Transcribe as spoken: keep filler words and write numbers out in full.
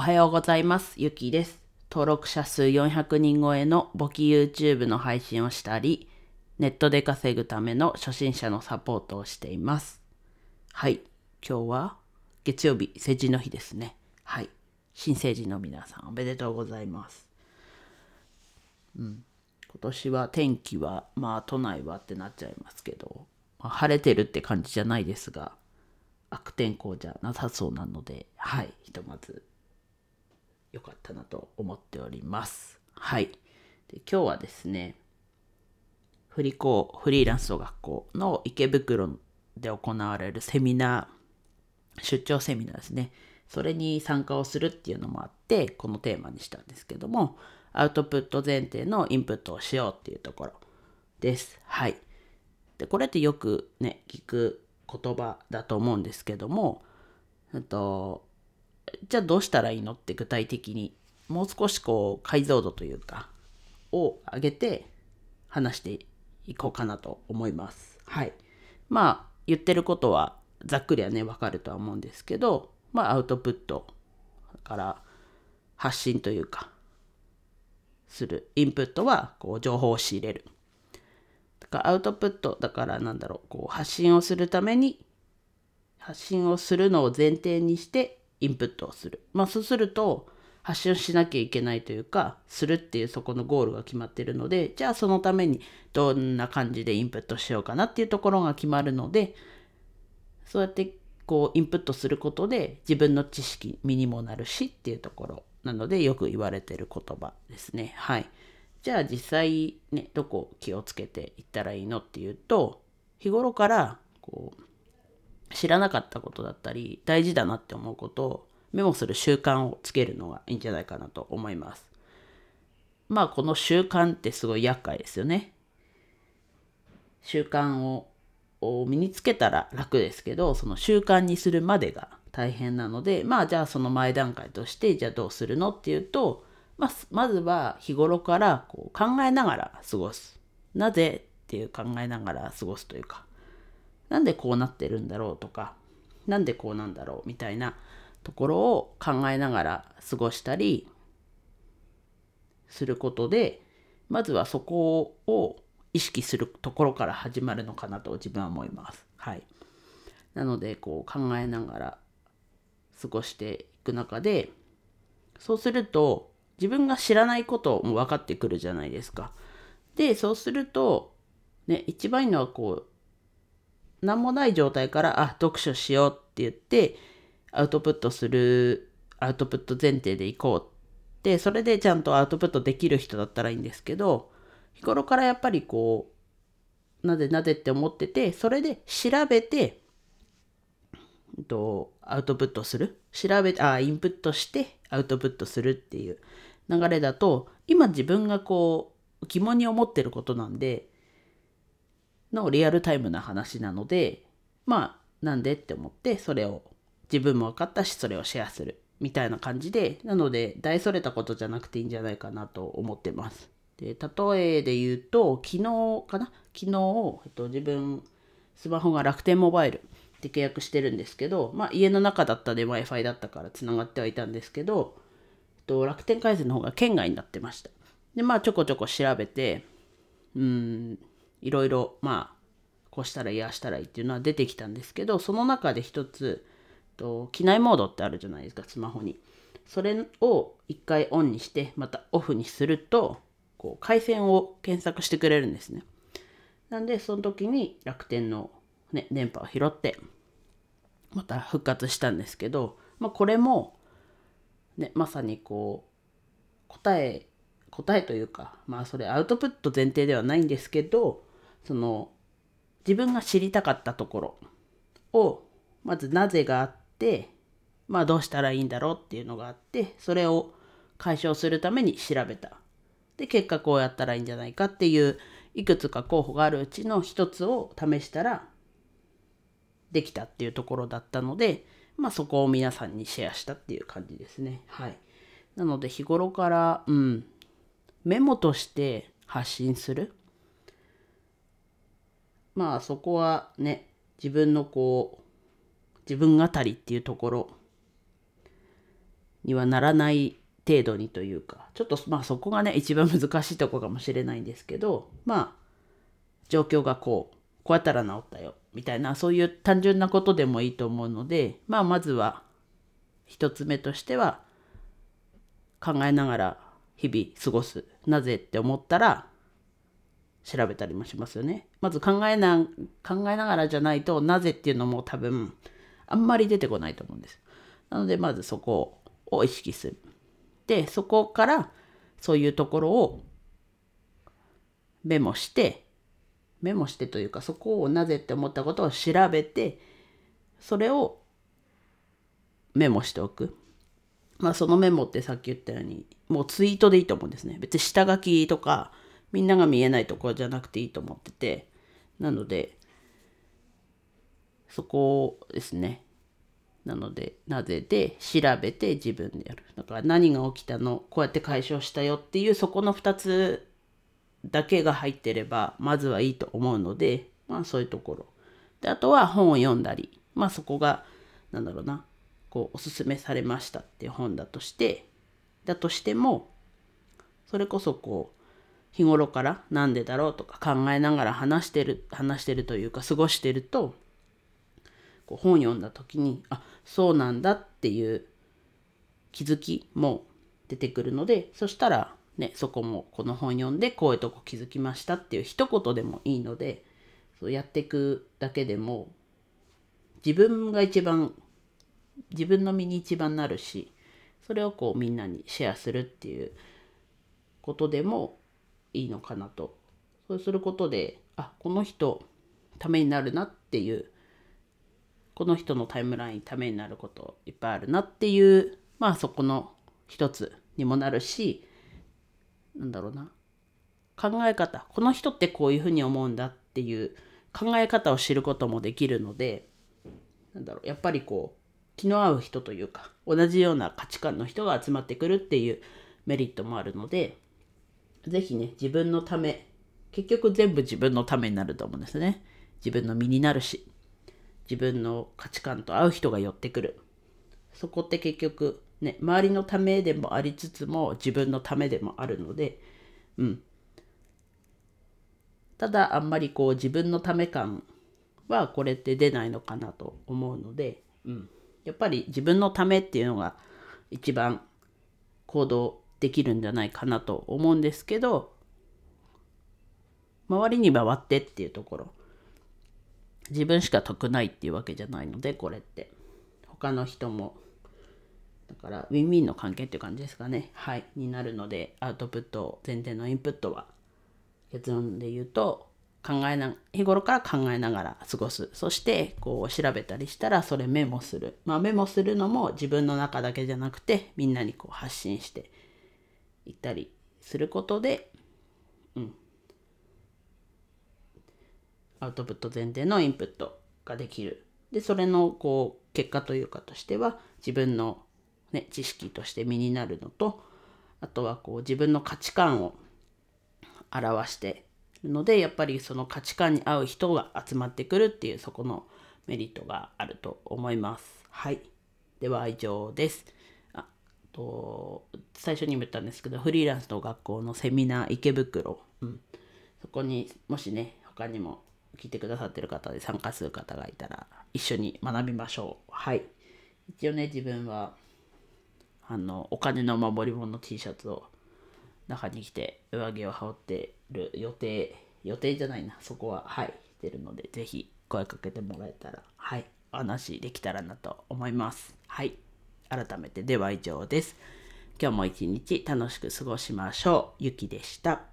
はようございます。ゆきです。登録者数よんひゃくにん超えの簿記 YouTube の配信をしたり、ネットで稼ぐための初心者のサポートをしています。はい。今日は月曜日、成人の日ですね。はい。新成人の皆さんおめでとうございます。うん。今年は天気は、まあ都内はってなっちゃいますけど、まあ、晴れてるって感じじゃないですが、悪天候じゃなさそうなので、はい。ひとまず良かったなと思っております。はい。で今日はですね、振り子フリーランスの学校の池袋で行われるセミナー、出張セミナーですね。それに参加をするっていうのもあって、このテーマにしたんですけども、アウトプット前提のインプットをしようっていうところです。はい。で、これってよくね、聞く言葉だと思うんですけども、とじゃあどうしたらいいのって具体的にもう少しこう解像度というかを上げて話していこうかなと思います。はい。まあ言ってることはざっくりはね分かるとは思うんですけど、まあアウトプットから発信というかする、インプットはこう情報を仕入れる。だからアウトプットだからなんだろう、こう発信をするために発信をするのを前提にしてインプットをする。まあそうすると発信をしなきゃいけないというか、するっていうそこのゴールが決まっているので、じゃあそのためにどんな感じでインプットしようかなっていうところが決まるので、そうやってこうインプットすることで自分の知識身にもなるしっていうところなのでよく言われている言葉ですね。はい。じゃあ実際ね、どこを気をつけていったらいいのっていうと、日頃からこう知らなかったことだったり大事だなって思うことをメモする習慣をつけるのがいいんじゃないかなと思います。まあこの習慣ってすごい厄介ですよね。習慣を身につけたら楽ですけど、その習慣にするまでが大変なので、まあじゃあその前段階としてじゃあどうするのっていうと、まあ、まずは日頃からこう考えながら過ごす。なぜっていう考えながら過ごすというか、なんでこうなってるんだろうとか、なんでこうなんだろうみたいなところを考えながら過ごしたりすることで、まずはそこを意識するところから始まるのかなと自分は思います。はい。なのでこう考えながら過ごしていく中で、そうすると自分が知らないことも分かってくるじゃないですか。で、そうするとね、一番いいのはこう何もない状態からあ読書しようって言ってアウトプットする、アウトプット前提でいこうって、それでちゃんとアウトプットできる人だったらいいんですけど、日頃からやっぱりこうなぜなぜって思ってて、それで調べてとアウトプットする、調べあインプットしてアウトプットするっていう流れだと、今自分がこう疑問に思ってることなんでのリアルタイムな話なので、まあなんでって思ってそれを自分も分かったしそれをシェアするみたいな感じで、なので大それたことじゃなくていいんじゃないかなと思ってます。で例えで言うと昨日かな昨日、えっと、自分スマホが楽天モバイルで契約してるんですけど、まあ家の中だったで Wi-Fi だったからつながってはいたんですけど、えっと、楽天回線の方が県外になってました。でまあちょこちょこ調べて、うーんいろいろまあこうしたらいいああしたらいいっていうのは出てきたんですけど、その中で一つと機内モードってあるじゃないですか、スマホに。それを一回オンにしてまたオフにすると、こう回線を検索してくれるんですね。なんでその時に楽天の、ね、電波を拾ってまた復活したんですけど、まあ、これも、ね、まさにこう答え答えというか、まあそれアウトプット前提ではないんですけど、その自分が知りたかったところをまずなぜがあって、まあどうしたらいいんだろうっていうのがあって、それを解消するために調べた。で結果こうやったらいいんじゃないかっていういくつか候補があるうちの一つを試したらできたっていうところだったので、まあそこを皆さんにシェアしたっていう感じですね。はい。なので日頃からうんメモとして発信する。まあそこはね、自分のこう自分語りっていうところにはならない程度にというか、ちょっとまあそこがね一番難しいところかもしれないんですけど、まあ状況がこうこうやったら治ったよみたいな、そういう単純なことでもいいと思うので、まあまずは一つ目としては考えながら日々過ごす。なぜって思ったら調べたりもしますよね。まず考えな考えながらじゃないと、なぜっていうのも多分あんまり出てこないと思うんです。なのでまずそこを意識する。でそこからそういうところをメモしてメモしてというか、そこをなぜって思ったことを調べて、それをメモしておく。まあそのメモってさっき言ったようにもうツイートでいいと思うんですね。別に下書きとかみんなが見えないところじゃなくていいと思ってて、なのでそこですね。なのでなぜで調べて自分でやる。だから何が起きたの、こうやって解消したよっていう、そこのふたつだけが入ってればまずはいいと思うので、まあそういうところで、あとは本を読んだり、まあそこがなんだろうな、こうおすすめされましたっていう本だとしてだとしても、それこそこう日頃からなんでだろうとか考えながら話してる話してるというか過ごしてると、こう本読んだ時にあそうなんだっていう気づきも出てくるので、そしたらね、そこもこの本読んでこういうとこ気づきましたっていう一言でもいいので、そうやっていくだけでも自分が一番自分の身に一番なるし、それをこうみんなにシェアするっていうことでもいいのかなと。そうすることで、あこの人ためになるなっていう、この人のタイムラインためになることいっぱいあるなっていう、まあそこの一つにもなるし、なんだろうな、考え方、この人ってこういうふうに思うんだっていう考え方を知ることもできるので、なんだろう、やっぱりこう気の合う人というか同じような価値観の人が集まってくるっていうメリットもあるので、ぜひね自分のため、結局全部自分のためになると思うんですね。自分の身になるし、自分の価値観と合う人が寄ってくる。そこって結局ね、周りのためでもありつつも自分のためでもあるので、うん。ただあんまりこう自分のため感はこれって出ないのかなと思うので、うん。やっぱり自分のためっていうのが一番行動できるんじゃないかなと思うんですけど、周りに回ってっていうところ、自分しか得ないっていうわけじゃないので、これって他の人もだからウィンウィンの関係っていう感じですかね、はいになるので、アウトプット前提のインプットは結論で言うと、考えな日頃から考えながら過ごす。そしてこう調べたりしたらそれメモする。まあメモするのも自分の中だけじゃなくてみんなにこう発信していったりすることで、うん、アウトプット前提のインプットができる。でそれのこう結果というかとしては自分の、ね、知識として身になるのと、あとはこう自分の価値観を表しているので、やっぱりその価値観に合う人が集まってくるっていう、そこのメリットがあると思います。はい。では以上です。あと最初にも言ったんですけど、フリーランスの学校のセミナー池袋、うん、そこにもしね他にも聞いてくださってる方で参加する方がいたら一緒に学びましょう。はい。一応ね自分はあのお金の守り物 T シャツを中に着て上着を羽織ってる予定予定じゃないなそこははいしてるので、ぜひ声かけてもらえたらはいお話できたらなと思います。はい。改めてでは以上です。今日も一日楽しく過ごしましょう。ゆきでした。